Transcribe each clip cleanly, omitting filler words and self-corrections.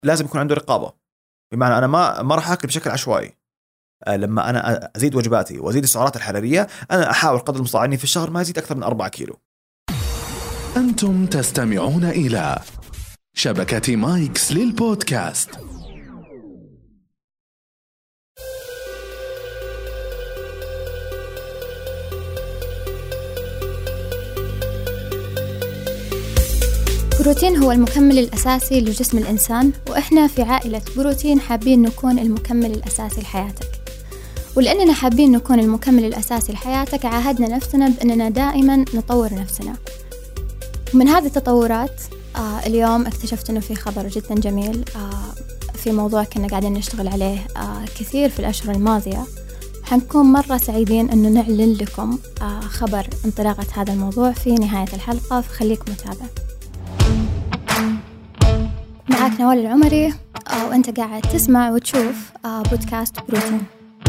لازم يكون عنده رقابة، بمعنى أنا ما راح أكل بشكل عشوائي. لما أنا أزيد وجباتي وأزيد السعرات الحرارية، أنا أحاول قدر المستطاع إني في الشهر ما أزيد أكثر من 4 كيلو. أنتم تستمعون إلى شبكة مايكس للبودكاست. بروتين هو المكمل الأساسي لجسم الإنسان، وإحنا في عائلة بروتين حابين نكون المكمل الأساسي لحياتك. ولأننا حابين نكون المكمل الأساسي لحياتك، عاهدنا نفسنا بأننا دائما نطور نفسنا. ومن هذه التطورات اليوم اكتشفت أنه في خبر جدا جميل في موضوع كنا قاعدين نشتغل عليه كثير في الأشهر الماضية. حنكون مرة سعيدين أنه نعلن لكم خبر انطلاقة هذا الموضوع في نهاية الحلقة، فخليك متابع. معك نوال العمري وأنت قاعد تسمع وتشوف بودكاست بروتين.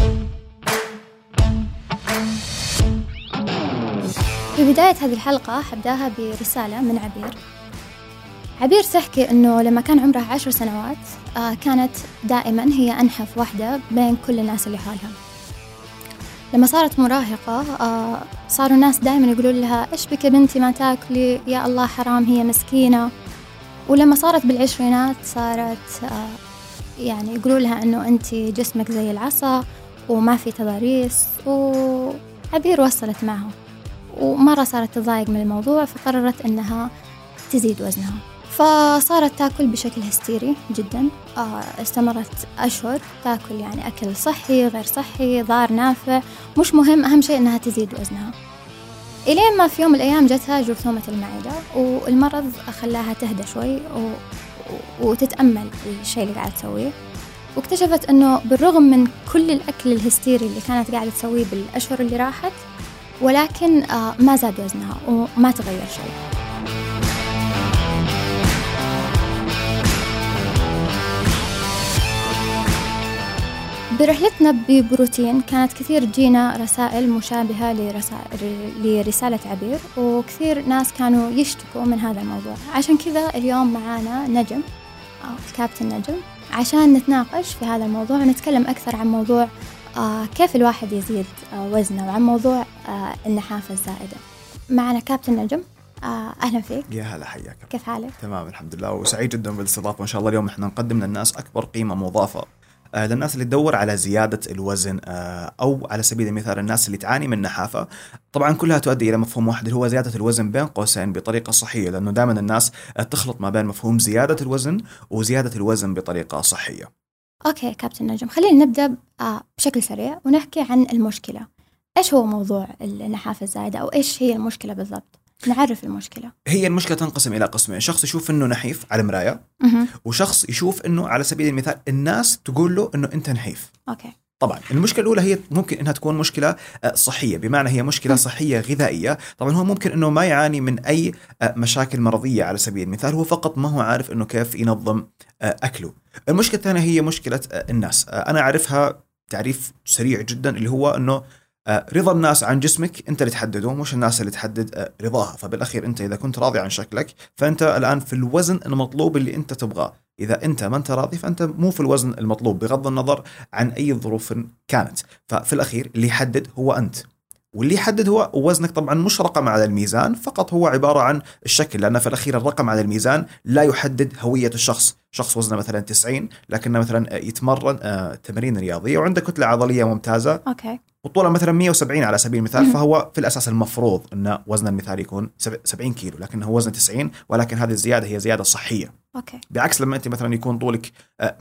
في بداية هذه الحلقة حبداها برسالة من عبير تحكي أنه لما كان عمرها 10 سنوات كانت دائما هي أنحف واحدة بين كل الناس اللي حولها. لما صارت مراهقة صاروا الناس دائما يقولوا لها إيش بك بنتي ما تاكلي، يا الله حرام هي مسكينة. ولما صارت بالعشرينات صارت يعني يقولوا لها أنه أنت جسمك زي العصا وما في تضاريس. وعبير وصلت معه ومرة صارت تضايق من الموضوع، فقررت أنها تزيد وزنها، فصارت تاكل بشكل هستيري جدا. استمرت أشهر تاكل يعني أكل صحي غير صحي ضار نافع مش مهم، أهم شيء أنها تزيد وزنها. إلين ما في يوم من الأيام جتها جرثومة المعدة، والمرض خلاها تهدى شوي وتتأمل الشيء اللي قاعدة تسويه، واكتشفت أنه بالرغم من كل الأكل الهستيري اللي كانت قاعدة تسويه بالأشهر اللي راحت، ولكن ما زاد وزنها وما تغير شيء. برحلتنا ببروتين كانت كثير تجينا رسائل مشابهة لرسالة عبير، وكثير ناس كانوا يشتكوا من هذا الموضوع. عشان كذا اليوم معانا نجم الكابتن نجم عشان نتناقش في هذا الموضوع ونتكلم أكثر عن موضوع كيف الواحد يزيد وزنه، وعن موضوع النحافة الزائدة. معنا كابتن نجم، أهلا فيك. يا هلا، حياك. كيف حالك؟ تمام الحمد لله، وسعيد جدا بالاستضافة. وإن شاء الله اليوم إحنا نقدم للناس أكبر قيمة مضافة للناس اللي تدور على زيادة الوزن، أو على سبيل المثال الناس اللي تعاني من نحافة. طبعا كلها تؤدي إلى مفهوم واحد اللي هو زيادة الوزن بين قوسين بطريقة صحية، لأنه دائما الناس تخلط ما بين مفهوم زيادة الوزن وزيادة الوزن بطريقة صحية. أوكي كابتن نجم، خلينا نبدأ بشكل سريع ونحكي عن المشكلة. إيش هو موضوع النحافة الزائدة، أو إيش هي المشكلة بالضبط؟ نعرف المشكلة. هي المشكلة تنقسم إلى قسمين: شخص يشوف إنه نحيف على مراية، وشخص يشوف إنه على سبيل المثال الناس تقول له إنه أنت نحيف. أوكي. طبعا المشكلة الأولى هي ممكن إنها تكون مشكلة صحية، بمعنى هي مشكلة صحية غذائية. طبعا هو ممكن إنه ما يعاني من أي مشاكل مرضية على سبيل المثال، هو فقط ما هو عارف إنه كيف ينظم أكله. المشكلة الثانية هي مشكلة الناس. أنا أعرفها تعريف سريع جدا، اللي هو إنه رضا الناس عن جسمك أنت اللي تحدده، مش الناس اللي تحدد رضاها. فبالأخير أنت إذا كنت راضي عن شكلك فأنت الآن في الوزن المطلوب اللي أنت تبغاه. إذا أنت ما أنت راضي فأنت مو في الوزن المطلوب، بغض النظر عن أي ظروف كانت. ففي الأخير اللي يحدد هو أنت، واللي يحدد هو وزنك. طبعا مش رقم على الميزان فقط، هو عبارة عن الشكل، لأن في الأخير الرقم على الميزان لا يحدد هوية الشخص. شخص وزنه مثلا 90 لكنه مثلا يتمرن تمارين رياضية وعنده كتلة عضلية ممتازة، أوكي، وطوله مثلا 170 على سبيل المثال، فهو في الأساس المفروض أن وزن المثال يكون 70 كيلو، لكنه وزن 90، ولكن هذه الزيادة هي زيادة صحية. أوكي. بعكس لما أنت مثلا يكون طولك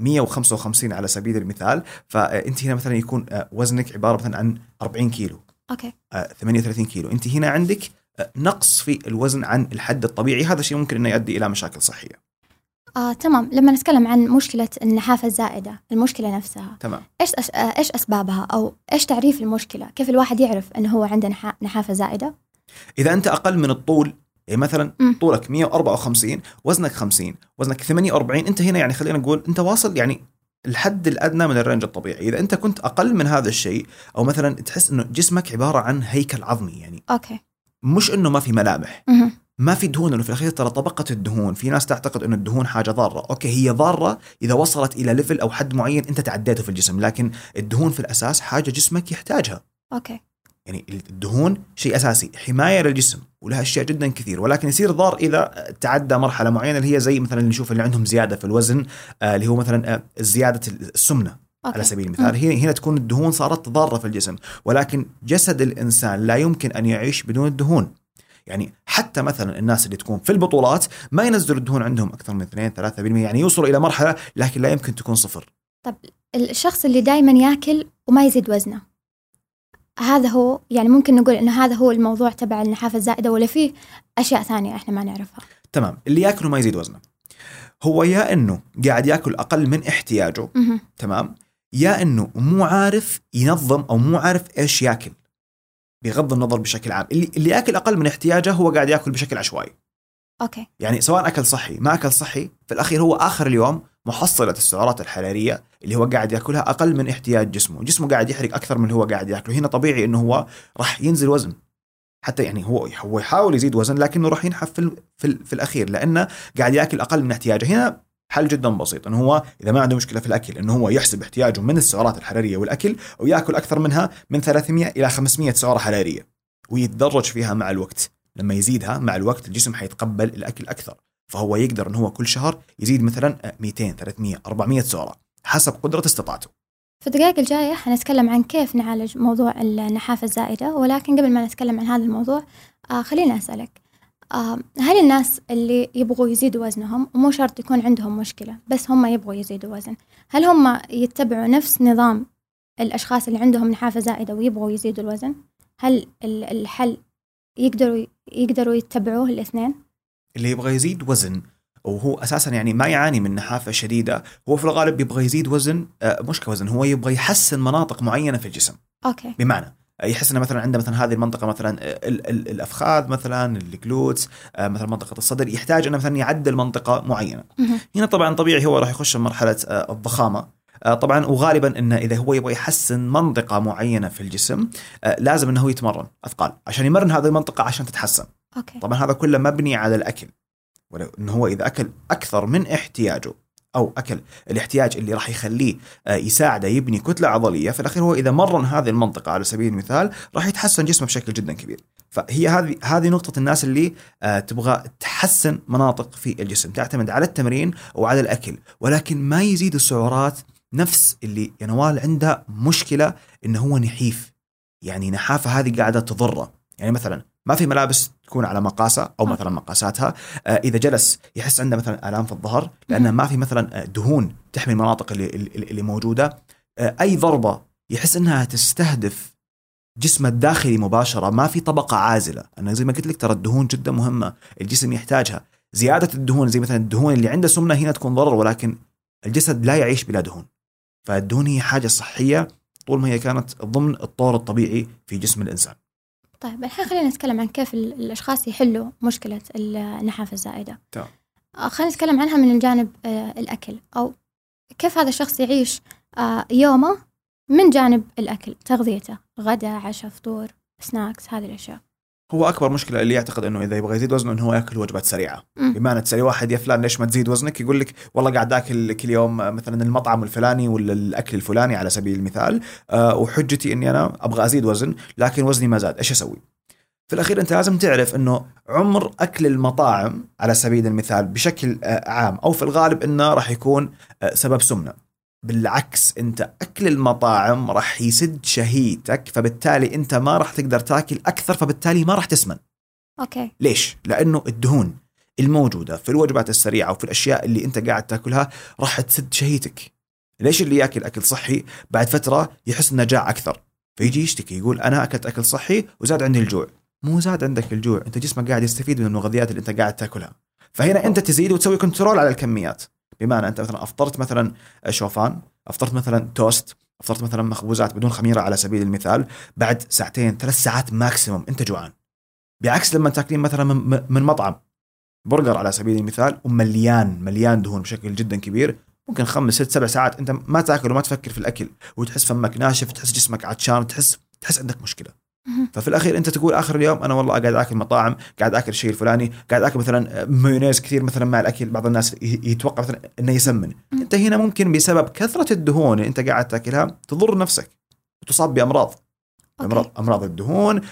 155 على سبيل المثال، فأنت هنا مثلا يكون وزنك عبارة مثلا عن 40 كيلو، أوكي، 38 كيلو. أنت هنا عندك نقص في الوزن عن الحد الطبيعي. هذا الشيء ممكن أنه يؤدي إلى مشاكل صحية. تمام. لما نتكلم عن مشكلة النحافة الزائدة، المشكلة نفسها، تمام، إيش أسبابها، أو إيش تعريف المشكلة؟ كيف الواحد يعرف أنه هو عنده نحافة زائدة؟ إذا أنت أقل من الطول، يعني مثلا طولك 154 وزنك 50 وزنك 48، أنت هنا يعني خلينا نقول أنت واصل يعني الحد الأدنى من الرنج الطبيعي. إذا أنت كنت أقل من هذا الشيء، أو مثلا تحس أنه جسمك عبارة عن هيكل عظمي، يعني أوكي، مش أنه ما في ملامح، ما في دهون، لأنه في الأخير ترى طبقة الدهون، في ناس تعتقد أن الدهون حاجة ضارة. أوكي، هي ضارة إذا وصلت إلى ليفل أو حد معين أنت تعديته في الجسم، لكن الدهون في الأساس حاجة جسمك يحتاجها. أوكي. يعني الدهون شيء أساسي، حماية للجسم ولها أشياء جدا كثير، ولكن يصير ضار إذا تعدى مرحلة معينة، اللي هي زي مثلا اللي نشوف اللي عندهم زيادة في الوزن، اللي هو مثلا زيادة السمنة. أوكي. على سبيل المثال هنا تكون الدهون صارت ضارة في الجسم، ولكن جسد الإنسان لا يمكن أن يعيش بدون الدهون. يعني حتى مثلا الناس اللي تكون في البطولات ما ينزلوا الدهون عندهم أكثر من 2-3%، يعني يوصلوا إلى مرحلة لكن لا يمكن تكون 0. طب الشخص اللي دايما يأكل وما يزيد وزنه، هذا هو يعني ممكن نقول إنه هذا هو الموضوع تبع النحافة الزائدة، ولا فيه أشياء ثانية إحنا ما نعرفها؟ تمام. اللي يأكل وما يزيد وزنه هو يا إنه قاعد يأكل أقل من احتياجه، تمام، يا إنه مو عارف ينظم أو مو عارف إيش يأكل. بغض النظر بشكل عام، اللي يأكل أقل من احتياجه هو قاعد يأكل بشكل عشوائي. أوكي. يعني سواء أكل صحي ما أكل صحي، في الأخير هو آخر اليوم محصلة السعرات الحرارية اللي هو قاعد يأكلها أقل من احتياج جسمه قاعد يحرق أكثر من اللي هو قاعد يأكله. هنا طبيعي إنه هو راح ينزل وزن، حتى يعني هو يحاول يزيد وزن لكنه راح ينحف في الأخير، لأنه قاعد يأكل أقل من احتياجه. هنا حل جدا بسيط، إنه هو إذا ما عنده مشكلة في الأكل إنه هو يحسب احتياجه من السعرات الحرارية والأكل، ويأكل أكثر منها من 300 إلى 500 سعرة حرارية، ويتدرج فيها مع الوقت. لما يزيدها مع الوقت الجسم حيتقبل الأكل أكثر، فهو يقدر إنه هو كل شهر يزيد مثلا 200 300 400 سعرة حسب قدرة استطاعته. في الدقائق الجاية حنتكلم عن كيف نعالج موضوع النحافة الزائدة، ولكن قبل ما نتكلم عن هذا الموضوع خليني أسألك، هل الناس اللي يبغوا يزيدوا وزنهم ومو شرط يكون عندهم مشكلة بس هم يبغوا يزيدوا وزن، هل هم يتبعوا نفس نظام الأشخاص اللي عندهم نحافة زائدة ويبغوا يزيدوا الوزن؟ هل الحل يقدروا يتبعوه الاثنين؟ اللي يبغى يزيد وزن وهو أساساً يعني ما يعاني من نحافة شديدة، هو في الغالب يبغى يزيد وزن، مش كوزن، هو يبغى يحسن مناطق معينة في الجسم. أوكي. بمعنى يحس إنه مثلا عنده مثلا هذه المنطقة، مثلا الأفخاذ، مثلا الجلوتس، مثلا منطقة الصدر، يحتاج إنه مثلا يعدل منطقة معينة. هنا طبعا طبيعي هو راح يخش مرحلة الضخامة طبعا، وغالبا إنه إذا هو يبغى يحسن منطقة معينة في الجسم لازم إنه هو يتمرن أثقال عشان يمرن هذه المنطقة عشان تتحسن. أوكي. طبعا هذا كله مبني على الأكل، ولو إنه هو إذا أكل أكثر من احتياجه أو أكل الاحتياج اللي راح يخليه يساعده يبني كتلة عضلية، في الأخير هو إذا مرن هذه المنطقة على سبيل المثال راح يتحسن جسمه بشكل جدا كبير. فهي هذه نقطة الناس اللي تبغى تحسن مناطق في الجسم، تعتمد على التمرين وعلى الأكل، ولكن ما يزيد السعرات. نفس اللي ينوال عنده مشكلة إنه هو نحيف، يعني نحافة هذه قاعدة تضره. يعني مثلا ما في ملابس تكون على مقاسة أو مثلا مقاساتها، إذا جلس يحس عنده مثلا آلام في الظهر لأنه ما في مثلا دهون تحمي المناطق اللي موجودة. أي ضربة يحس أنها تستهدف جسمه الداخلي مباشرة، ما في طبقة عازلة. أنا زي ما قلت لك ترى الدهون جدا مهمة، الجسم يحتاجها. زيادة الدهون زي مثلا الدهون اللي عنده سمنة هنا تكون ضرر، ولكن الجسد لا يعيش بلا دهون، فالدهون هي حاجة صحية طول ما هي كانت ضمن الطور الطبيعي في جسم الإنسان. طيب الحين خلينا نتكلم عن كيف الأشخاص يحلوا مشكلة النحافة الزائدة. خلينا نتكلم عنها من الجانب الأكل، أو كيف هذا الشخص يعيش يومه من جانب الأكل، تغذيته، غداء، عشاء، فطور، سناكس، هذه الأشياء. هو أكبر مشكلة اللي يعتقد إنه إذا يبغى يزيد وزنه إنه هو يأكل وجبات سريعة. بمعنى تسألي واحد يا فلان ليش ما تزيد وزنك، يقول لك والله قاعد أكل كل يوم مثلا المطعم الفلاني ولا الأكل الفلاني على سبيل المثال، وحجتي إني أنا أبغى أزيد وزن لكن وزني ما زاد، إيش أسوي؟ في الأخير أنت لازم تعرف إنه عمر أكل المطاعم على سبيل المثال بشكل عام أو في الغالب إنه راح يكون سبب سمنة. بالعكس أنت أكل المطاعم راح يسد شهيتك، فبالتالي أنت ما راح تقدر تأكل أكثر، فبالتالي ما راح تسمن. أوكي. ليش؟ لأنه الدهون الموجودة في الوجبات السريعة وفي الأشياء اللي أنت قاعد تأكلها راح تسد شهيتك. ليش اللي يأكل أكل صحي بعد فترة يحس إنه جاع أكثر، فيجي يشتكي يقول أنا أكلت أكل صحي وزاد عندي الجوع. مو زاد عندك الجوع، أنت جسمك قاعد يستفيد من المغذيات اللي أنت قاعد تأكلها، فهنا أنت تزيد وتسوي كنترول على الكميات. بمعنى أنت مثلا أفطرت مثلا شوفان، أفطرت مثلا توست، أفطرت مثلا مخبوزات بدون خميرة على سبيل المثال، بعد 2-3 ساعات ماكسيموم أنت جوعان. بعكس لما تاكلين مثلا من مطعم برجر على سبيل المثال ومليان دهون بشكل جدا كبير، ممكن 5-6-7 ساعات أنت ما تاكل وما تفكر في الأكل، وتحس فمك ناشف، تحس جسمك عطشان، تحس عندك مشكلة. ففي الأخير أنت تقول آخر اليوم أنا والله قاعد أكل مطاعم، قاعد أكل الشيء الفلاني، قاعد أكل مثلا مايونيز كثير مثلا مع الأكل. بعض الناس يتوقع مثلا إنه يسمن. أنت هنا ممكن بسبب كثرة الدهون اللي أنت قاعد تأكلها تضر نفسك وتصاب بأمراض. أمراض الدهون،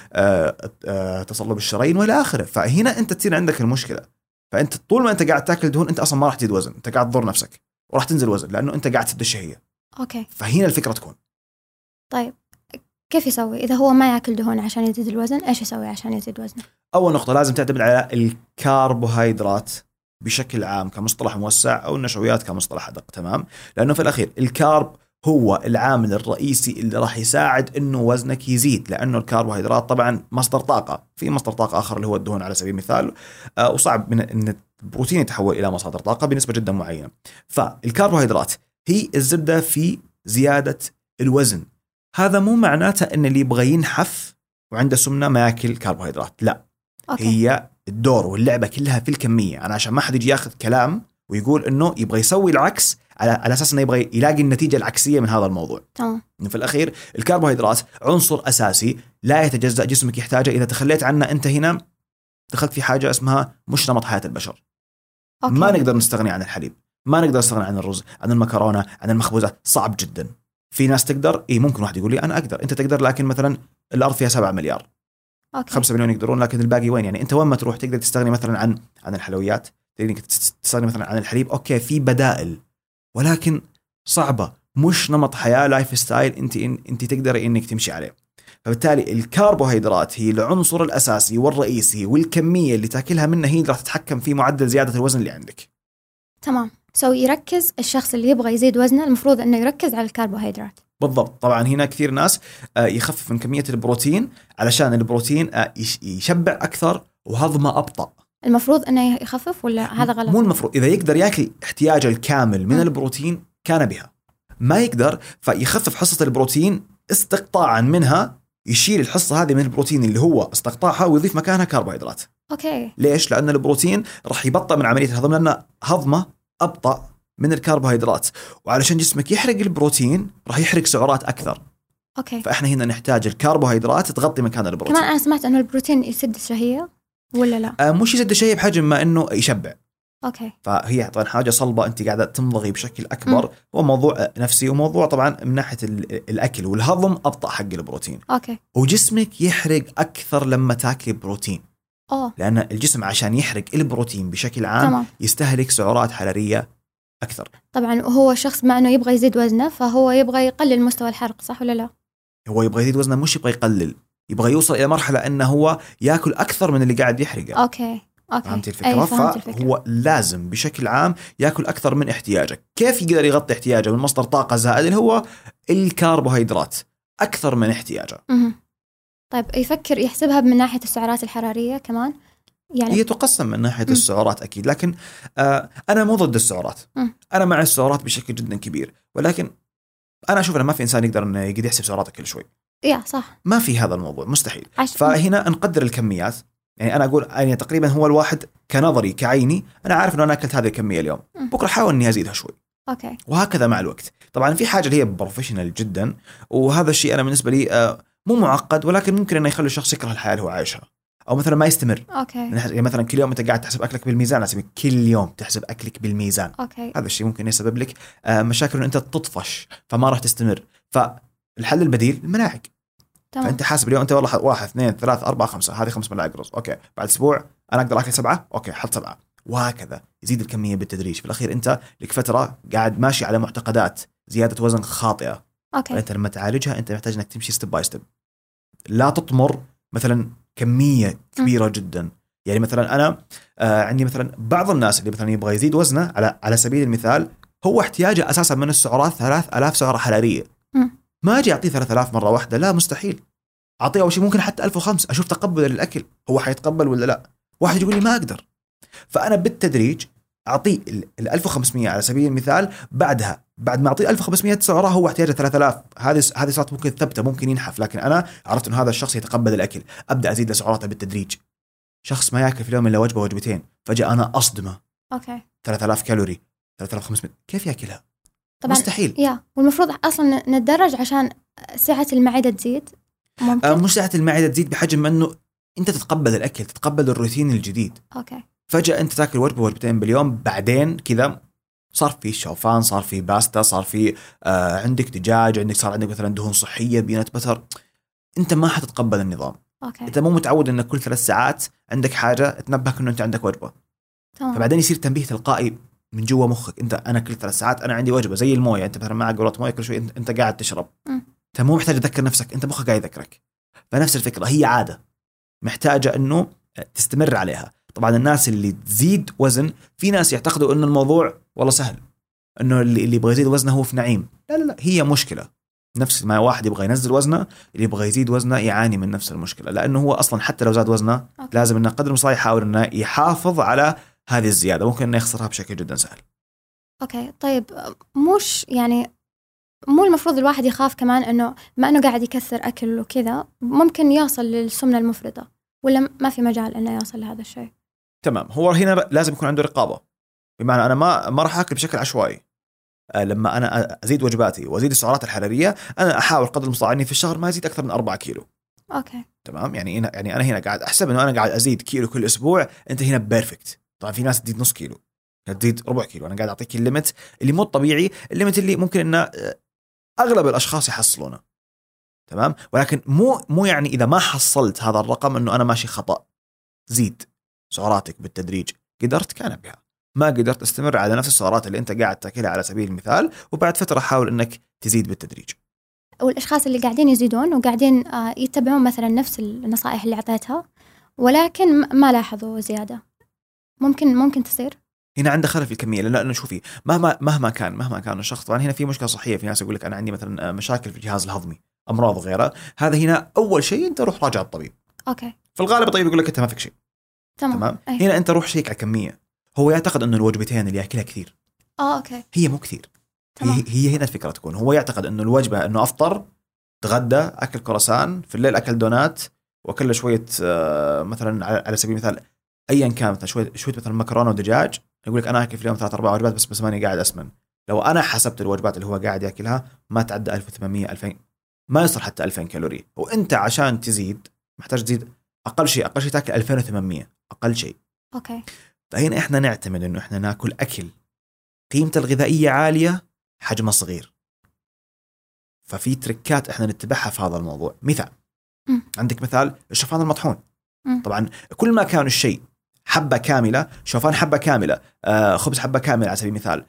تصلب الشرايين وإلى آخره. فهنا أنت تصير عندك المشكلة. فأنت طول ما أنت قاعد تأكل دهون أنت أصلا ما راح تزيد وزن، أنت قاعد تضر نفسك وراح تنزل وزن لأنه أنت قاعد تسد الشهية. فهنا الفكرة تكون. طيب كيف يسوي إذا هو ما يأكل دهون عشان يزيد الوزن؟ إيش يسوي عشان يزيد وزنه؟ أول نقطة لازم تعتمد على الكربوهيدرات بشكل عام كمصطلح موسع، أو النشويات كمصطلح أدق. تمام؟ لأنه في الأخير الكارب هو العامل الرئيسي اللي راح يساعد إنه وزنك يزيد، لأنه الكربوهيدرات طبعا مصدر طاقة. في مصدر طاقة آخر اللي هو الدهون على سبيل المثال، وصعب من إن البروتين يتحول إلى مصادر طاقة بنسبة جدا معينة. فالكربوهيدرات هي الزبدة في زيادة الوزن. هذا مو معناته إن اللي يبغى ينحف وعنده سمنة ما يأكل كربوهيدرات، لا. هي الدور واللعبة كلها في الكمية. أنا عشان ما حد يجي ياخذ كلام ويقول إنه يبغى يسوي العكس على أساس إنه يبغى يلاقي النتيجة العكسية من هذا الموضوع. إنه في الأخير الكربوهيدرات عنصر أساسي لا يتجزأ، جسمك يحتاجه. إذا تخليت عنه أنت هنا دخلت في حاجة اسمها مش نمط حياة البشر. ما نقدر نستغني عن الحليب، ما نقدر نستغني عن الرز، عن المكرونة، عن المخبوزات. صعب جدا. في ناس تقدر، ممكن واحد يقول لي أنا أقدر، أنت تقدر، لكن مثلا الأرض فيها 7 مليار، 5 مليون يقدرون، لكن الباقي وين؟ يعني أنت وين ما تروح تقدر تستغني مثلا عن الحلويات، تقدر تستغني مثلا عن الحليب. أوكي في بدائل، ولكن صعبة. مش نمط حياة، لايف ستايل أنت تقدر إنك تمشي عليه. فبالتالي الكربوهيدرات هي العنصر الأساسي والرئيسي، والكمية اللي تاكلها منها هي اللي راح تتحكم في معدل زيادة الوزن اللي عندك. تمام. يركز الشخص اللي يبغى يزيد وزنه المفروض أنه يركز على الكربوهيدرات. بالضبط. طبعا هنا كثير ناس يخفف من كمية البروتين علشان البروتين يشبع أكثر وهضمه أبطأ. المفروض أنه يخفف ولا هذا غلط؟ مو المفروض. إذا يقدر يأكل احتياجه الكامل من البروتين كان بها. ما يقدر فيخفف حصة البروتين استقطاعا منها، يشيل الحصة هذه من البروتين اللي هو استقطاعها ويضيف مكانها كربوهيدرات. ليش؟ لأن البروتين راح يبطأ من عملية الهضم، لأن هضمه أبطأ من الكربوهيدرات، وعلشان جسمك يحرق البروتين راح يحرق سعرات أكثر. فإحنا هنا نحتاج الكربوهيدرات تغطي مكان البروتين. كمان أنا سمعت أنه البروتين يسد الشهية ولا لا؟ مش يسد الشهية بحجم ما أنه يشبع. أوكي. فهي طبعا حاجة صلبة أنت قاعدة تمضغي بشكل أكبر. هو موضوع نفسي، وموضوع طبعا من ناحية الأكل والهضم أبطأ حق البروتين. أوكي. وجسمك يحرق أكثر لما تاكل بروتين. لأن الجسم عشان يحرق البروتين بشكل عام يستهلك سعرات حرارية أكثر. طبعا وهو شخص مع أنه يبغى يزيد وزنه فهو يبغى يقلل مستوى الحرق، صح ولا لا؟ هو يبغى يزيد وزنه، مش يبغى يقلل، يبغى يوصل إلى مرحلة أنه هو يأكل أكثر من اللي قاعد يحرقه. أوكي. فهمت الفكرة؟ فهو لازم بشكل عام يأكل أكثر من احتياجه. كيف يقدر يغطي احتياجه من مصدر طاقة زائد اللي هو الكربوهيدرات أكثر من احتياجه؟ طيب يفكر يحسبها من ناحية السعرات الحرارية كمان؟ يعني هي تقسم من ناحية السعرات أكيد، لكن أنا مو ضد السعرات. أنا مع السعرات بشكل جدا كبير، ولكن أنا أشوف أن ما في إنسان يقدر أنه يقدر يحسب سعراته كل شوي. صح. ما في هذا الموضوع، مستحيل. فهنا نقدر الكميات. يعني أنا أقول يعني تقريبا هو الواحد كنظري كعيني أنا عارف أنه أنا أكلت هذه الكمية اليوم، بكرة حاول أني أزيدها شوي. وهكذا مع الوقت. طبعا في حاجة اللي هي بروفيشنال جدا، وهذا الشيء أنا بالنسبة لي مو معقد، ولكن ممكن أنه يخلي الشخص يكره الحياة اللي هو عايشها، أو مثلا ما يستمر. يعني مثلا كل يوم أنت قاعد تحسب أكلك بالميزان، لازم كل يوم تحسب أكلك بالميزان. هذا الشيء ممكن يسبب لك مشاكل إن أنت تطفش، فما راح تستمر. فالحل البديل الملاعق. فأنت حاسب اليوم أنت والله 1 2 3 4 5 هذه 5 ملاعق رز. أوكي بعد أسبوع أنا أقدر أكل 7. أوكي حط 7، وهكذا يزيد الكمية بالتدريج. في الأخير أنت لك فترة قاعد ماشي على معتقدات زيادة وزن خاطئة. أنت لما تعالجها أنت محتاج أنك تمشي ستيب باي ستيب، لا تطمر مثلا كمية كبيرة جدا. يعني مثلا أنا عندي مثلا بعض الناس اللي مثلا يبغى يزيد وزنه على سبيل المثال هو احتياجه أساسا من السعرات 3000 سعرة حرارية. ما أجي أعطيه 3000 مرة واحدة، لا مستحيل. أعطيه أول شيء ممكن حتى 1005 أشوف تقبل للأكل، هو حيتقبل ولا لا. واحد يقول لي ما أقدر، فأنا بالتدريج أعطيه 1500 على سبيل المثال. بعدها بعد ما أعطيه 1500 سعرة هو احتياجه 3000. هذه سعرات ممكن ثابتة، ممكن ينحف، لكن أنا عرفت إن هذا الشخص يتقبل الأكل، أبدأ أزيد له سعراته بالتدريج. شخص ما يأكل في اليوم إلا وجبة وجبتين، فجأة أنا أصدمه 3000 كالوري 3500 كيف يأكلها؟ طبعا مستحيل. والمفروض أصلا نتدرج عشان سعة المعدة تزيد. ممكن. مش سعة المعدة تزيد بحجم أنه أنت تتقبل الأكل، تتقبل الروتين الجديد. أوكي. فجأة أنت تاكل وجبة وجبتين باليوم، بعدين كذا صار في شوفان، صار في باستا، صار في عندك دجاج، صار عندك مثلا دهون صحية، بينات بتر. أنت ما حتتقبل النظام. أوكي. أنت مو متعود أنك كل 3 ساعات عندك حاجة تنبهك أنه أنت عندك وجبة. تمام. فبعدين يصير تنبيه تلقائي من جوا مخك، أنا كل 3 ساعات أنا عندي وجبة، زي الموية. أنت مثلا معك قولة موية كل شوي أنت قاعد تشرب. أنت مو محتاج تذكر نفسك، أنت مخك قاعد يذكرك. فنفس الفكرة، هي عادة محتاجة أنه تستمر عليها. طبعا الناس اللي تزيد وزن، في ناس يعتقدوا أنه الموضوع والله سهل، أنه اللي يبغى يزيد وزنه هو في نعيم. لا لا لا، هي مشكلة. نفس ما واحد يبغى ينزل وزنه، اللي يبغى يزيد وزنه يعاني من نفس المشكلة، لأنه هو أصلا حتى لو زاد وزنه لازم أنه قدر المستطاع يحاول أنه يحافظ على هذه الزيادة، ممكن أنه يخسرها بشكل جدا سهل. أوكي. طيب مش يعني مو المفروض الواحد يخاف كمان أنه ما أنه قاعد يكثر أكل وكذا ممكن يصل للسمنة المفرطة، ولا ما في مجال أنه يصل لهذا الشيء؟ تمام. هو هنا لازم يكون عنده رقابة، بمعنى أنا ما راح أكل بشكل عشوائي. لما أنا أزيد وجباتي وأزيد السعرات الحرارية، أنا أحاول قدر المستطاع إني في الشهر ما أزيد أكثر من 4 كيلو. أوكي. تمام. يعني أنا هنا قاعد أحسب إنه أنا قاعد أزيد كيلو كل أسبوع، أنت هنا بيرفكت. طبعا في ناس تزيد نص كيلو، تزيد ربع كيلو. أنا قاعد أعطيك الليمت اللي مو طبيعي، الليمت اللي ممكن إنه أغلب الأشخاص يحصلونه. تمام. ولكن مو يعني إذا ما حصلت هذا الرقم إنه أنا ماشي خطأ. زيد سعراتك بالتدريج، قدرت كان بها، ما قدرت استمر على نفس السعرات اللي أنت قاعد تاكلها على سبيل المثال، وبعد فترة حاول إنك تزيد بالتدريج. والأشخاص اللي قاعدين يزيدون وقاعدين يتبعون مثلا نفس النصائح اللي أعطيتها ولكن ما لاحظوا زيادة، ممكن تصير هنا عنده خلل في الكمية. لأنه شوفي، مهما كان الشخص، طبعا هنا في مشكلة صحية. في ناس يقول لك أنا عندي مثلا مشاكل في الجهاز الهضمي، أمراض وغيرها. هذا هنا أول شيء أنت روح راجع الطبيب. أوكي. في الغالب الطبيب يقول لك أنت ما فيك شيء. تمام. هنا أنت روح شيك على الكمية. هو يعتقد أنه الوجبتين اللي يأكلها كثير. أوكي. هي مو كثير. هي هنا الفكرة تكون، هو يعتقد أنه الوجبة أنه أفطر، تغدى، أكل كروسان، في الليل أكل دونات، وأكل شوية مثلا على سبيل المثال أيا كان، مثلا شوية مثلا مكرونة ودجاج. يقول لك أنا أكل في اليوم 3-4 وجبات بس ماني قاعد أسمن. لو أنا حسبت الوجبات اللي هو قاعد يأكلها ما تعدى 1800 2000، ما يصل حتى 2000 كالوري. وأنت عشان تزيد محتاج تزيد أقل شيء تاكل 2800 أقل شيء. أوكي. فهنا إحنا نعتمد إنه إحنا ناكل أكل قيمته الغذائية عالية، حجمه صغير. ففي تركات إحنا نتبعها في هذا الموضوع. مثال عندك مثال الشوفان المطحون. طبعا كل ما كان الشيء حبة كاملة، شوفان حبة كاملة، خبز حبة كاملة على سبيل المثال،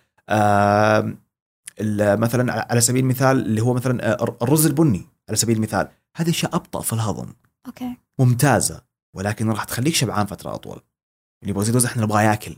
مثلا على سبيل المثال اللي هو مثلا الرز البني على سبيل المثال، هذه أشياء أبطأ في الهضم. أوكي. ممتازة، ولكن راح تخليك شبعان فترة أطول. اللي يبغى يزيد وزن إحنا نبغى ياكل.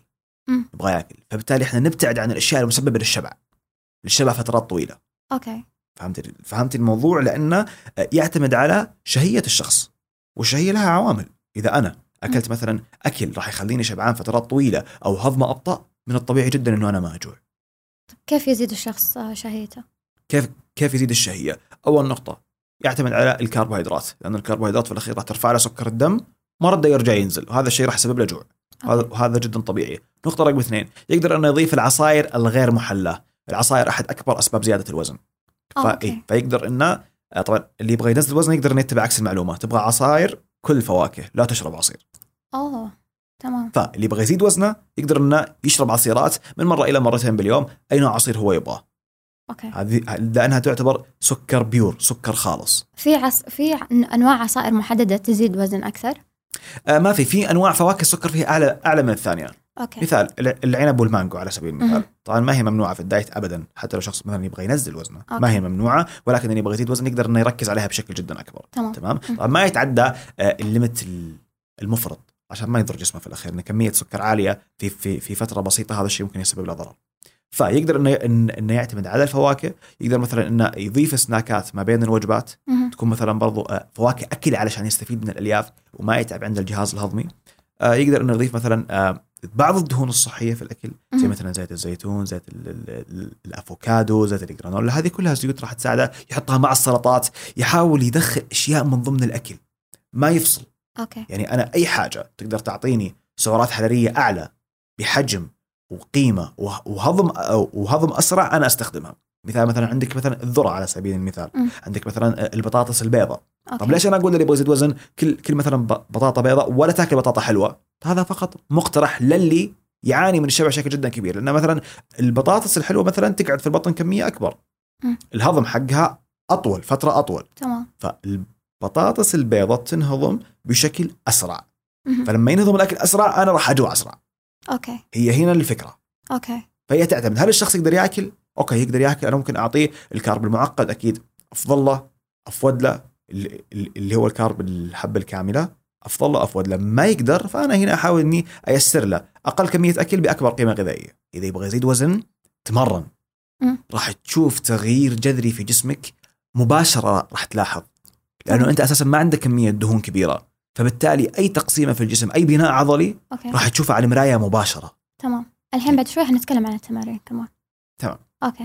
فبالتالي إحنا نبتعد عن الأشياء المسببة للشبع فترات طويلة. أوكي. فهمت الموضوع؟ لأنه يعتمد على شهية الشخص، والشهية لها عوامل. إذا أنا أكلت مثلا أكل راح يخليني شبعان فترات طويلة أو هضمه أبطأ، من الطبيعي جدا إنه أنا ما أجوع. كيف يزيد الشخص شهيته؟ كيف يزيد الشهية؟ أول نقطة يعتمد على الكربوهيدرات، لأن الكربوهيدرات في الأخير راح ترفع له سكر الدم، ما رده يرجع ينزل، وهذا الشيء راح يسبب له جوع. وهذا جدا طبيعي. نقطة رقم 2، يقدر أنه يضيف العصائر الغير محلاة. العصائر أحد أكبر أسباب زيادة الوزن. فيقدر إنه طبعا اللي يبغى ينزل الوزن يقدر إنه يتبع عكس المعلومة، تبغى عصائر كل فواكه، لا تشرب عصير. تمام. فاللي يبغى يزيد وزنه يقدر إنه يشرب عصيرات من مرة إلى مرتين باليوم، أي نوع عصير هو يبغاه. هذه لأنها تعتبر سكر بيور، سكر خالص. في أنواع عصائر محددة تزيد وزن أكثر؟ ما في أنواع فواكه السكر فيها أعلى من الثانية. مثال العنب والمانجو على سبيل المثال. طبعا ما هي ممنوعة في الدايت أبدا، حتى لو شخص مثلا يبغى ينزل وزنه ما هي ممنوعة، ولكن اللي يبغى يزيد وزن يقدر إنه يركز عليها بشكل جدا أكبر. تمام. طبعا ما يتعدى الليمت المفرط عشان ما يضر جسمه في الأخير. إن كمية سكر عالية في فترة بسيطة هذا الشيء ممكن يسبب له ضرر. فيقدر إنه يعتمد على الفواكه. يقدر مثلا إنه يضيف سناكات ما بين الوجبات، تكون مثلا برضو فواكه أكل علشان يستفيد من الألياف وما يتعب عند الجهاز الهضمي. يقدر إنه يضيف مثلا بعض الدهون الصحية في الأكل، زي مثلا زيت الزيتون، زيت الأفوكادو، زيت الجرانولا. هذه كلها زيوت راح تساعده، يحطها مع السلطات، يحاول يدخل أشياء من ضمن الأكل ما يفصل. يعني أنا أي حاجة تقدر تعطيني سعرات حرارية أعلى بحجم وقيمة وهضم أسرع أنا أستخدمها. مثلا عندك مثلا الذرة على سبيل المثال، عندك مثلا البطاطس البيضاء، أوكي. طب ليش انا اقول اللي يبغى يزيد وزن كل مثلا بطاطا بيضاء ولا تاكل بطاطا حلوه؟ هذا فقط مقترح للي يعاني من الشبع بشكل جدا كبير، لان مثلا البطاطس الحلوه مثلا تقعد في البطن كميه اكبر، الهضم حقها اطول، فتره اطول. تمام. فالبطاطس البيضاء تنهضم بشكل اسرع، فلما ينهضم الاكل اسرع انا راح اجوع اسرع. اوكي. هي هنا الفكره. اوكي. فهي تعتمد هل الشخص يقدر ياكل؟ اوكي يقدر ياكل، انا ممكن اعطيه الكارب المعقد، اكيد افضل له افود له اللي هو الكارب الحبه الكامله، افضل له افود له. ما يقدر فانا هنا احاول اني ايسر له اقل كميه اكل باكبر قيمه غذائيه. اذا يبغى يزيد وزن تمرن، راح تشوف تغيير جذري في جسمك مباشره، راح تلاحظ، لانه انت اساسا ما عندك كميه دهون كبيره، فبالتالي اي تقسيمه في الجسم، اي بناء عضلي راح تشوفه على المرايه مباشره. تمام. الحين بعد شوي حنتكلم عن التمارين كمان. تمام. اوكي.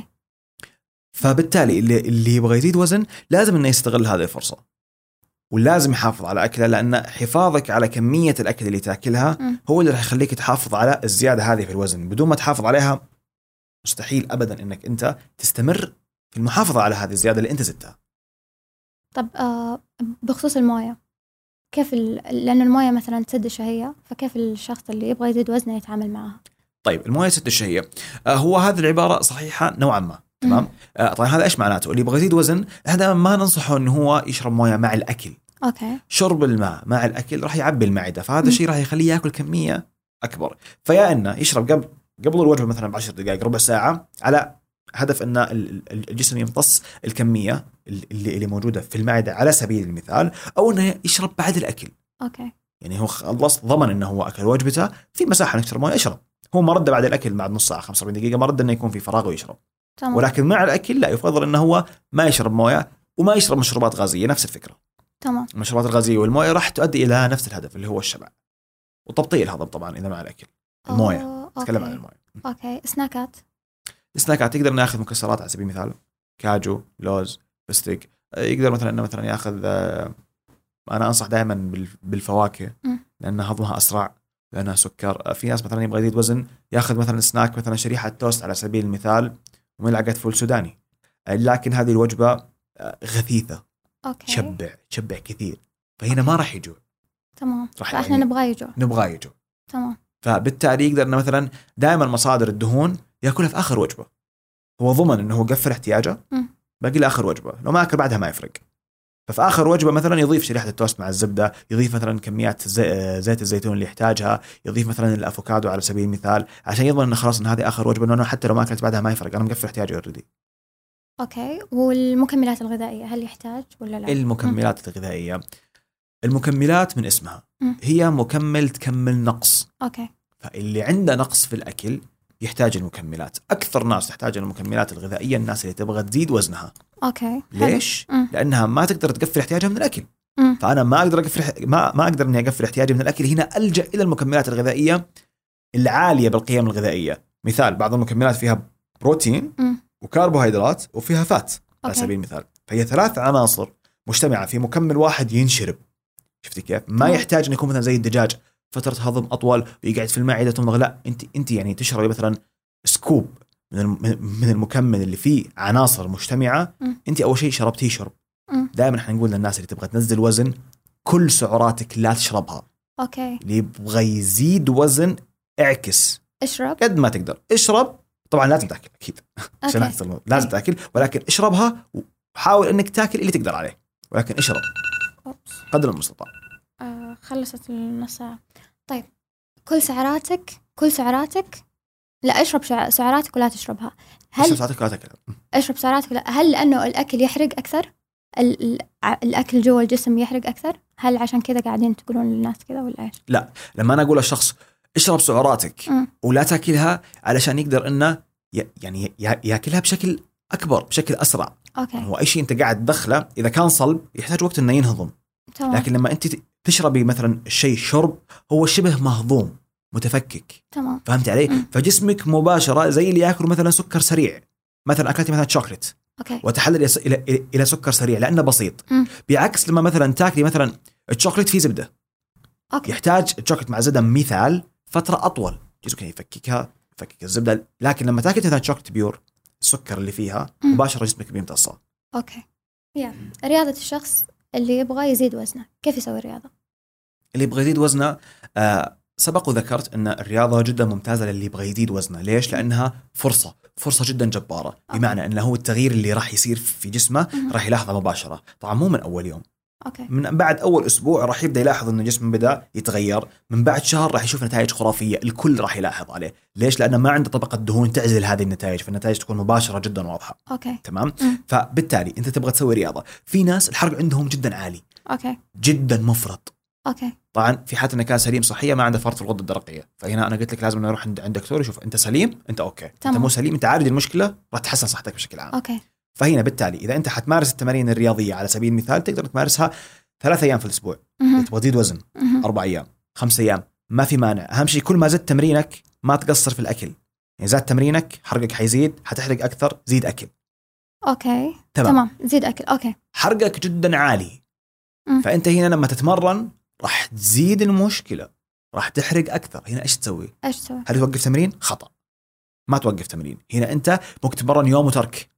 فبالتالي اللي يبغى يزيد وزن لازم انه يستغل هذه الفرصه، ولازم يحافظ على اكله، لان حفاظك على كميه الاكل اللي تاكلها هو اللي راح يخليك تحافظ على الزياده هذه في الوزن. بدون ما تحافظ عليها مستحيل ابدا انك انت تستمر في المحافظه على هذه الزياده اللي انت زدتها. طب بخصوص المويه، كيف لأن المويه مثلا تسد الشهيه، فكيف الشخص اللي يبغى يزيد وزنه يتعامل معها؟ طيب المويه تسد الشهيه، هو هذه العباره صحيحه نوعا ما، تمام. طيب هذا ايش معناته؟ اللي يبغى يزيد وزن هذا ما ننصحه انه هو يشرب مويه مع الاكل. اوكي. شرب الماء مع الاكل راح يعبي المعده، فهذا الشيء راح يخليه ياكل كميه اكبر. فيا انه يشرب قبل الوجبه مثلا ب10 دقائق ربع ساعه، على هدف ان الجسم يمتص الكميه اللي موجوده في المعده على سبيل المثال، او انه يشرب بعد الاكل. اوكي. يعني هو خلص ضمن انه هو اكل وجبته، في مساحه نشرب مويه يشرب، هو ما رد بعد الاكل بعد نص ساعه 45 دقيقه، ما رد انه يكون في فراغ ويشرب. تمام. ولكن مع الاكل لا، يفضل انه هو ما يشرب مويه وما يشرب مشروبات غازيه، نفس الفكره. تمام. المشروبات الغازيه والمويه راح تؤدي الى نفس الهدف اللي هو الشبع وتبطيء الهضم طبعا اذا مع الاكل. المويه نتكلم عن المويه. اوكي. السناكات يقدر ناخذ مكسرات على سبيل المثال، كاجو، لوز، فستق. يقدر مثلا انه مثلا ياخذ، انا انصح دائما بالفواكه لان هضمها اسرع، لانها سكر. في ناس مثلا يبغى يزيد وزن ياخذ مثلا سناك، مثلا شريحه توست على سبيل المثال وملعقه فول سوداني، لكن هذه الوجبه غثيثه. اوكي. تشبع كثير، فهنا ما راح يجوع. تمام. فاحنا نبغى يجوع. تمام. فبالتالي يقدر انه مثلا دائما مصادر الدهون ياكلها في اخر وجبه، هو ضمن انه هو قفل احتياجه، باقي له اخر وجبه، لو ما اكل بعدها ما يفرق. ففي اخر وجبه مثلا يضيف شريحه التوست مع الزبده، يضيف مثلا كميات زيت الزيتون اللي يحتاجها، يضيف مثلا الافوكادو على سبيل المثال، عشان يضمن انه خلاص ان هذه اخر وجبه، انه حتى لو ما اكلت بعدها ما يفرق، انا مقفل احتياجي اوريدي. اوكي. والمكملات الغذائيه هل يحتاج ولا لا؟ المكملات الغذائيه، المكملات من اسمها هي مكمل تكمل نقص. اوكي. فاللي عنده نقص في الاكل يحتاج المكملات. اكثر ناس تحتاج المكملات الغذائيه الناس اللي تبغى تزيد وزنها. اوكي. ليش؟ لانها ما تقدر تقفل احتياجها من الاكل. فانا ما اقدر ما اقدر اني اقفل احتياجي من الاكل، هنا الجا الى المكملات الغذائيه العاليه بالقيم الغذائيه. مثال بعض المكملات فيها بروتين وكربوهيدرات وفيها فات على سبيل المثال، فهي 3 عناصر مجتمعه في مكمل واحد ينشرب. شفتي كيف؟ ما يحتاج ان يكون مثلا زي الدجاج فتره هضم اطول ويقعد في المعده تمضغ، لا، انت يعني تشربي مثلا سكوب من المكمل اللي فيه عناصر مجتمعه، انت اول شيء شربتيه شرب. دائما احنا نقول للناس اللي تبغى تنزل وزن كل سعراتك لا تشربها. اوكي. اللي يبغى يزيد وزن اعكس، اشرب قد ما تقدر، اشرب. طبعا لازم تاكل اكيد عشان لازم تاكل، ولكن اشربها وحاول انك تاكل اللي تقدر عليه، ولكن اشرب قدر المستطاع. خلصت النص ساعة. طيب كل سعراتك لا، اشرب سعراتك ولا تشربها. اشرب سعراتك ولا تاكل. اشرب سعراتك ولا. هل لأنه الأكل يحرق أكثر؟ الأكل جوا الجسم يحرق أكثر؟ هل عشان كذا قاعدين تقولون للناس كذا ولا إيش؟ لا، لما أنا أقول للشخص اشرب سعراتك ولا تاكلها، علشان يقدر إنه يعني ياكلها بشكل أكبر، بشكل أسرع. أوكي. هو أي شيء أنت قاعد تدخله إذا كان صلب يحتاج وقت إنه ينهضم. طبعا. لكن لما أنت تشربي مثلا الشيء شرب هو شبه مهضوم متفكك. تمام. فهمت علي؟ فجسمك مباشرة زي اللي ياكل مثلا سكر سريع، مثلا أكلتي مثلا شوكولات وتحلل إلى سكر سريع لأنه بسيط. بعكس لما مثلا تاكلي مثلا الشوكولات فيه زبدة، يحتاج الشوكولات مع زبدة مثال فترة أطول، جسمك يفكك الزبدة. لكن لما تاكل مثلا شوكولات بيور السكر اللي فيها مباشرة جسمك بيمتصه. اوكي. رياضة الشخص اللي يبغى يزيد وزنه كيف يسوي الرياضة؟ اللي يبغى يزيد وزنه سبق وذكرت أن الرياضة جدا ممتازة للي يبغى يزيد وزنه. ليش؟ لأنها فرصة جدا جبارة. بمعنى أنه هو التغيير اللي راح يصير في جسمه راح يلاحظه مباشرة. طبعا مو من أول يوم، من بعد أول أسبوع راح يبدأ يلاحظ أن جسمه بدأ يتغير. من بعد شهر راح يشوف نتائج خرافية، الكل راح يلاحظ عليه. ليش؟ لأنه ما عنده طبقة دهون تعزل هذه النتائج، فالنتائج تكون مباشرة جدا واضحة. تمام. فبالتالي أنت تبغى تسوي رياضة. في ناس الحرق عندهم جدا عالي، جدا مفرط. طبعا في حالة انه كان سليم صحية ما عنده فرط في الغدة الدرقية، فهنا انا قلت لك لازم نروح عند دكتور يشوف انت سليم، انت اوكي، انت مو سليم، انت عارف المشكلة، راح تحسن صحتك بشكل عام. فهنا بالتالي اذا انت حتمارس التمارين الرياضية على سبيل المثال تقدر تمارسها 3 أيام في الاسبوع. تبغى تزيد وزن 4 أيام 5 أيام ما في مانع. اهم شيء كل ما زدت تمرينك ما تقصر في الاكل. يعني زاد تمرينك حرقك حيزيد، حتحرق اكثر، زيد اكل. تمام زيد اكل. حرقك جدا عالي، فانت هنا لما تتمرن راح تزيد المشكلة، راح تحرق أكثر. هنا إيش تسوي؟ هل توقف تمرين؟ خطأ، ما توقف تمرين. هنا أنت ممكن تتمرن يوم وترك.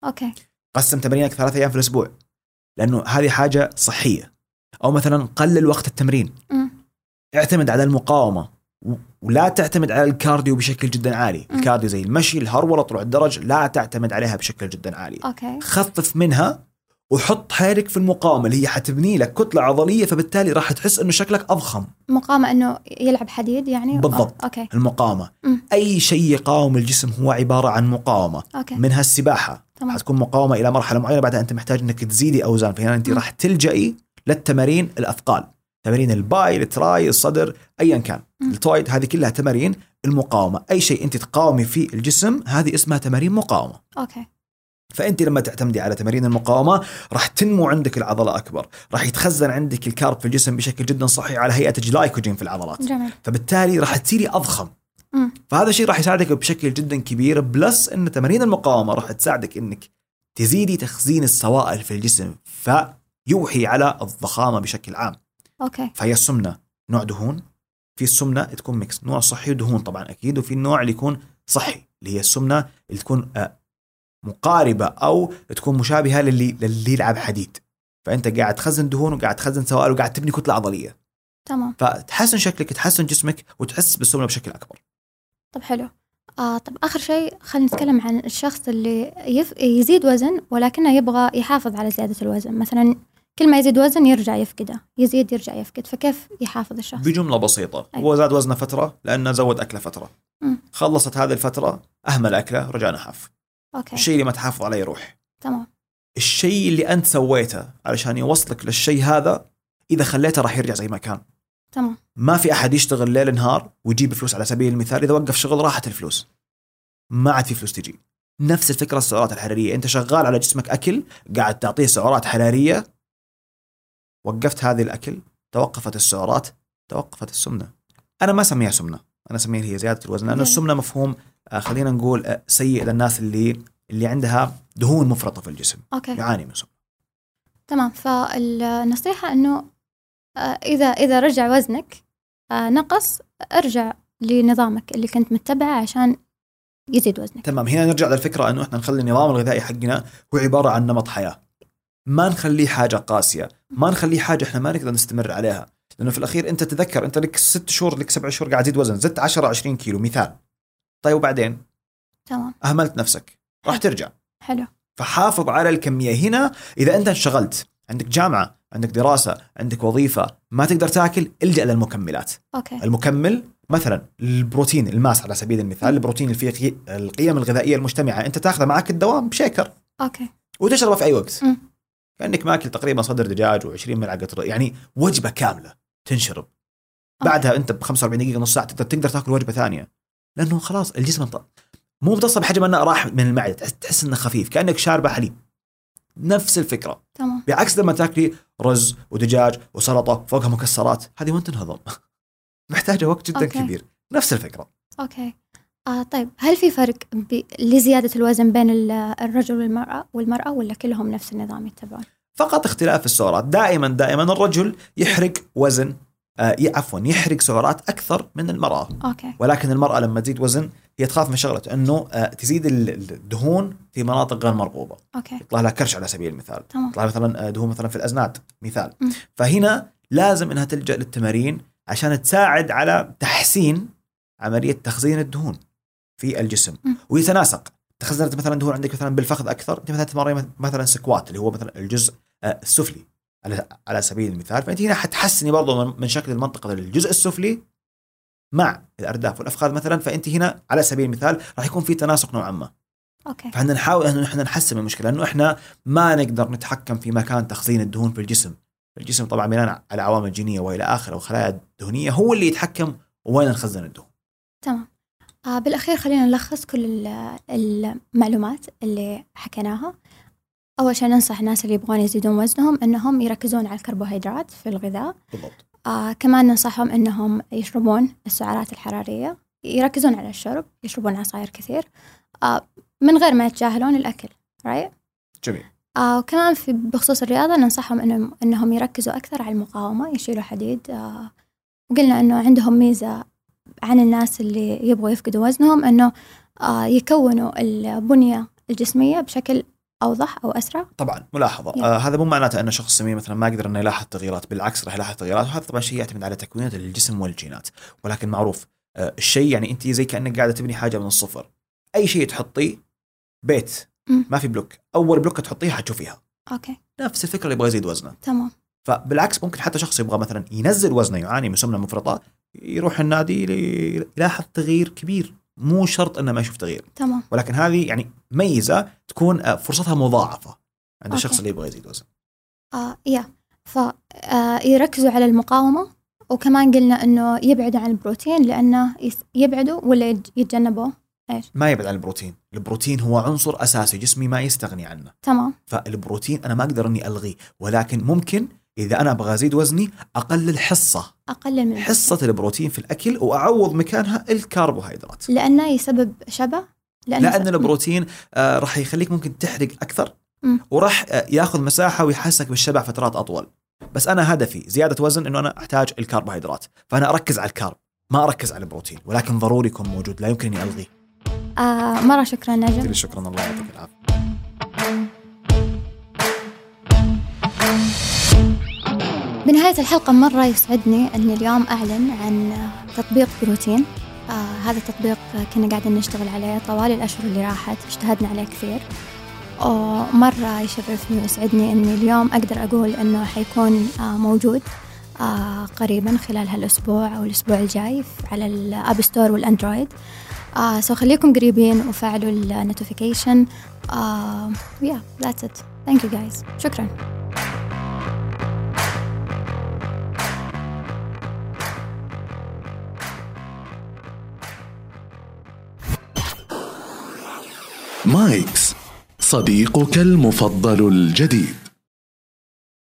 قسم تمرينك 3 أيام في الأسبوع، لأنه هذه حاجة صحية. أو مثلا قلل وقت التمرين. اعتمد على المقاومة ولا تعتمد على الكارديو بشكل جدا عالي. الكارديو زي المشي، الهرولة، طلوع الدرج، لا تعتمد عليها بشكل جدا عالي. خفف منها وحط حالك في المقاومة اللي هي حتبني لك كتلة عضلية، فبالتالي راح تحس إنه شكلك أضخم. مقاومة إنه يلعب حديد يعني؟ بالضبط. المقاومة أي شيء يقاوم الجسم هو عبارة عن مقاومة. منها السباحة حتكون مقاومة إلى مرحلة معينة، بعدها أنت محتاج إنك تزيدي أوزان، فهنا أنت راح تلجئي للتمارين الأثقال، تمارين الباي، التراي، الصدر، أيا كان، التويد، هذه كلها تمارين المقاومة. أي شيء أنت تقاومي فيه الجسم هذه اسمها تمارين مقاومة. فأنت لما تعتمدي على تمارين المقاومة راح تنمو عندك العضلة أكبر، راح يتخزن عندك الكارب في الجسم بشكل جدا صحي على هيئة جلايكوجين في العضلات. فبالتالي راح تصيري أضخم. فهذا الشيء راح يساعدك بشكل جدا كبير. بلس أن تمارين المقاومة راح تساعدك أنك تزيدي تخزين السوائل في الجسم، فيوحي على الضخامة بشكل عام. فهي السمنة نوع دهون، في السمنة تكون ميكس، نوع صحي ودهون طبعا أكيد، وفي النوع اللي يكون صحي اللي هي السمنة اللي تكون مقاربة أو تكون مشابهة للي يلعب حديد. فأنت قاعد تخزن دهون وقاعد تخزن سوائل وقاعد تبني كتلة عضلية. فتحسن شكلك، تحسن جسمك، وتحس بالسمنة بشكل أكبر. طب حلو. طب آخر شيء خلينا نتكلم عن الشخص اللي يزيد وزن ولكنه يبغى يحافظ على زيادة الوزن. مثلا كل ما يزيد وزن يرجع يفقده، يزيد يرجع يفقد، فكيف يحافظ الشخص؟ بجملة بسيطة. هو زاد وزنه فترة لأنه زود أكله فترة. خلصت هذه الفترة أهمل أكله، رجع نحف. الشيء اللي ما تحافظ عليه يروح. الشيء اللي أنت سويته علشان يوصلك للشيء هذا إذا خليته راح يرجع زي ما كان. ما في أحد يشتغل ليل نهار ويجيب فلوس. على سبيل المثال إذا وقف شغل راحت الفلوس، ما عاد في فلوس تجي. نفس الفكرة السعرات الحرارية. أنت شغال على جسمك أكل، قاعد تعطيه سعرات حرارية، وقفت هذه الأكل توقفت السعرات، توقفت السمنة. أنا ما سميها سمنة، أنا سميها هي زيادة الوزن، لأن السمنة مفهوم خلينا نقول سيء للناس اللي عندها دهون مفرطة في الجسم. يعاني من سمنة. تمام. فالنصيحة إنه إذا رجع وزنك نقص، ارجع لنظامك اللي كنت متبعه عشان يزيد وزنك. تمام. هنا نرجع للفكرة إنه إحنا نخلي النظام الغذائي حقنا هو عبارة عن نمط حياة، ما نخليه حاجة قاسية، ما نخليه حاجة إحنا ما نقدر نستمر عليها. لأنه في الأخير أنت تذكر أنت لك 6 شهور لك 7 شهور قاعد تزيد وزن، زدت 10-20 كيلو مثال. طيب وبعدين أهملت نفسك، راح ترجع. حلو. فحافظ على الكمية. هنا إذا أنت انشغلت، عندك جامعة، عندك دراسة، عندك وظيفة، ما تقدر تأكل، الجأ للمكملات. المكمل مثلا البروتين، الماس على سبيل المثال، البروتين اللي فيه القيم الغذائية المجتمعة، أنت تأخذه معك الدوام بشيكر وتشربه في أي وقت. كأنك ماكل تقريبا صدر دجاج و20 ملعقة يعني وجبة كاملة تنشرب. بعدها أنت ب45 دقيقة نص ساعة تقدر تأكل وجبة ثانية، لأنه خلاص الجسم مو بتصل بحجم أنه راح من المعدة، تحس أنه خفيف كأنك شاربة حليب. نفس الفكرة. بعكس لما تاكلي رز ودجاج وسلطة فوقها مكسرات، هذه وين تنهضم؟ محتاجة وقت جدا كبير. نفس الفكرة. طيب هل في فرق لزيادة الوزن بين الرجل والمرأة ولا كلهم نفس النظام يتبعون؟ فقط اختلاف السعرات. دائما الرجل يحرق وزن عفوا يحرق سعرات أكثر من المرأة. أوكي. ولكن المرأة لما تزيد وزن هي تخاف من شغلة أنه تزيد الدهون في مناطق غير مرغوبة. أوكي. يطلع لها كرش على سبيل المثال. تمام. يطلع مثلا دهون مثلا في الأذناب مثال. فهنا لازم أنها تلجأ للتمارين عشان تساعد على تحسين عملية تخزين الدهون في الجسم ويتناسق. تخزنت مثلا دهون عندك مثلا بالفخذ أكثر، أنت مثلا تمارين مثلا سكوات اللي هو مثلا الجزء السفلي على سبيل المثال، فأنت هنا حتحسني برضو من شكل المنطقة الجزء السفلي مع الأرداف والأفخاذ مثلا، فأنت هنا على سبيل المثال راح يكون في تناسق نوعا ما. أوكي. فإحنا نحاول أنه إحنا نحسن المشكلة، لأنه إحنا ما نقدر نتحكم في مكان تخزين الدهون في الجسم. الجسم طبعا بناء على عوامل جينية وإلى آخره وخلايا دهنية هو اللي يتحكم وين نخزن الدهون. تمام. بالأخير خلينا نلخص كل المعلومات اللي حكيناها. أول شيء ننصح الناس اللي يبغون يزيدون وزنهم أنهم يركزون على الكربوهيدرات في الغذاء. بالضبط. كمان ننصحهم أنهم يشربون السعرات الحرارية، يركزون على الشرب، يشربون عصائر كثير من غير ما يتجاهلون الأكل. right؟ جميل. وكمان بخصوص الرياضة ننصحهم أنهم يركزوا أكثر على المقاومة، يشيلوا حديد. وقلنا أنه عندهم ميزة عن الناس اللي يبغوا يفقدوا وزنهم، أنه يكونوا البنية الجسمية بشكل أوضح أو أسرع. طبعا ملاحظة هذا مو معناته أن شخص سمين مثلا ما يقدر أنه يلاحظ تغييرات، بالعكس راح يلاحظ تغييرات، وهذا طبعا شيء يعتمد على تكوينات الجسم والجينات. ولكن معروف الشيء يعني أنت زي كأنك قاعدة تبني حاجة من الصفر. أي شيء تحطيه بيت ما في بلوك، أول بلوك تحطيه حتشوفيها. أوكي. نفس الفكرة اللي يبغى يزيد وزنه. تمام. فبالعكس ممكن حتى شخص يبغى مثلا ينزل وزنه يعاني من سمنة مفرطة يروح النادي يلاحظ تغيير كبير، مو شرط أنه ما يشوف تغيير. تمام. ولكن هذه يعني ميزة تكون فرصتها مضاعفة عند الشخص اللي يبغى يزيد وزن. يركزوا على المقاومة، وكمان قلنا أنه يبعدوا عن البروتين، لأنه يبعدوا ولا يتجنبوا إيش؟ ما يبعد عن البروتين. البروتين هو عنصر أساسي جسمي ما يستغني عنه. تمام. فالبروتين أنا ما أقدر أني ألغيه، ولكن ممكن إذا أنا أبغى أزيد وزني أقلل أقلل من حصة البروتين في الأكل وأعوض مكانها الكربوهيدرات، لأنه يسبب شبع. لأن البروتين راح يخليك ممكن تحرق أكثر وراح ياخذ مساحة ويحسك بالشبع فترات أطول. بس أنا هدفي زيادة وزن، إنه أنا أحتاج الكربوهيدرات، فأنا أركز على الكارب ما أركز على البروتين، ولكن ضروري يكون موجود، لا يمكن أني ألغيه. مرة شكرا نجم. شكرا، الله يعطيك العافية. بنهاية الحلقة مرة يسعدني أني اليوم أعلن عن تطبيق بروتين. هذا التطبيق كنا قاعدين نشتغل عليه طوال الأشهر اللي راحت، اجتهدنا عليه كثير، ومرة يشرفني ويسعدني أني اليوم أقدر أقول أنه حيكون موجود قريبا خلال هالأسبوع أو الأسبوع الجاي على الأب ستور والأندرويد. خليكم قريبين وفعلوا النوتيفيكيشن. that's it. Thank you guys. شكرا. مايكس، صديقك المفضل الجديد.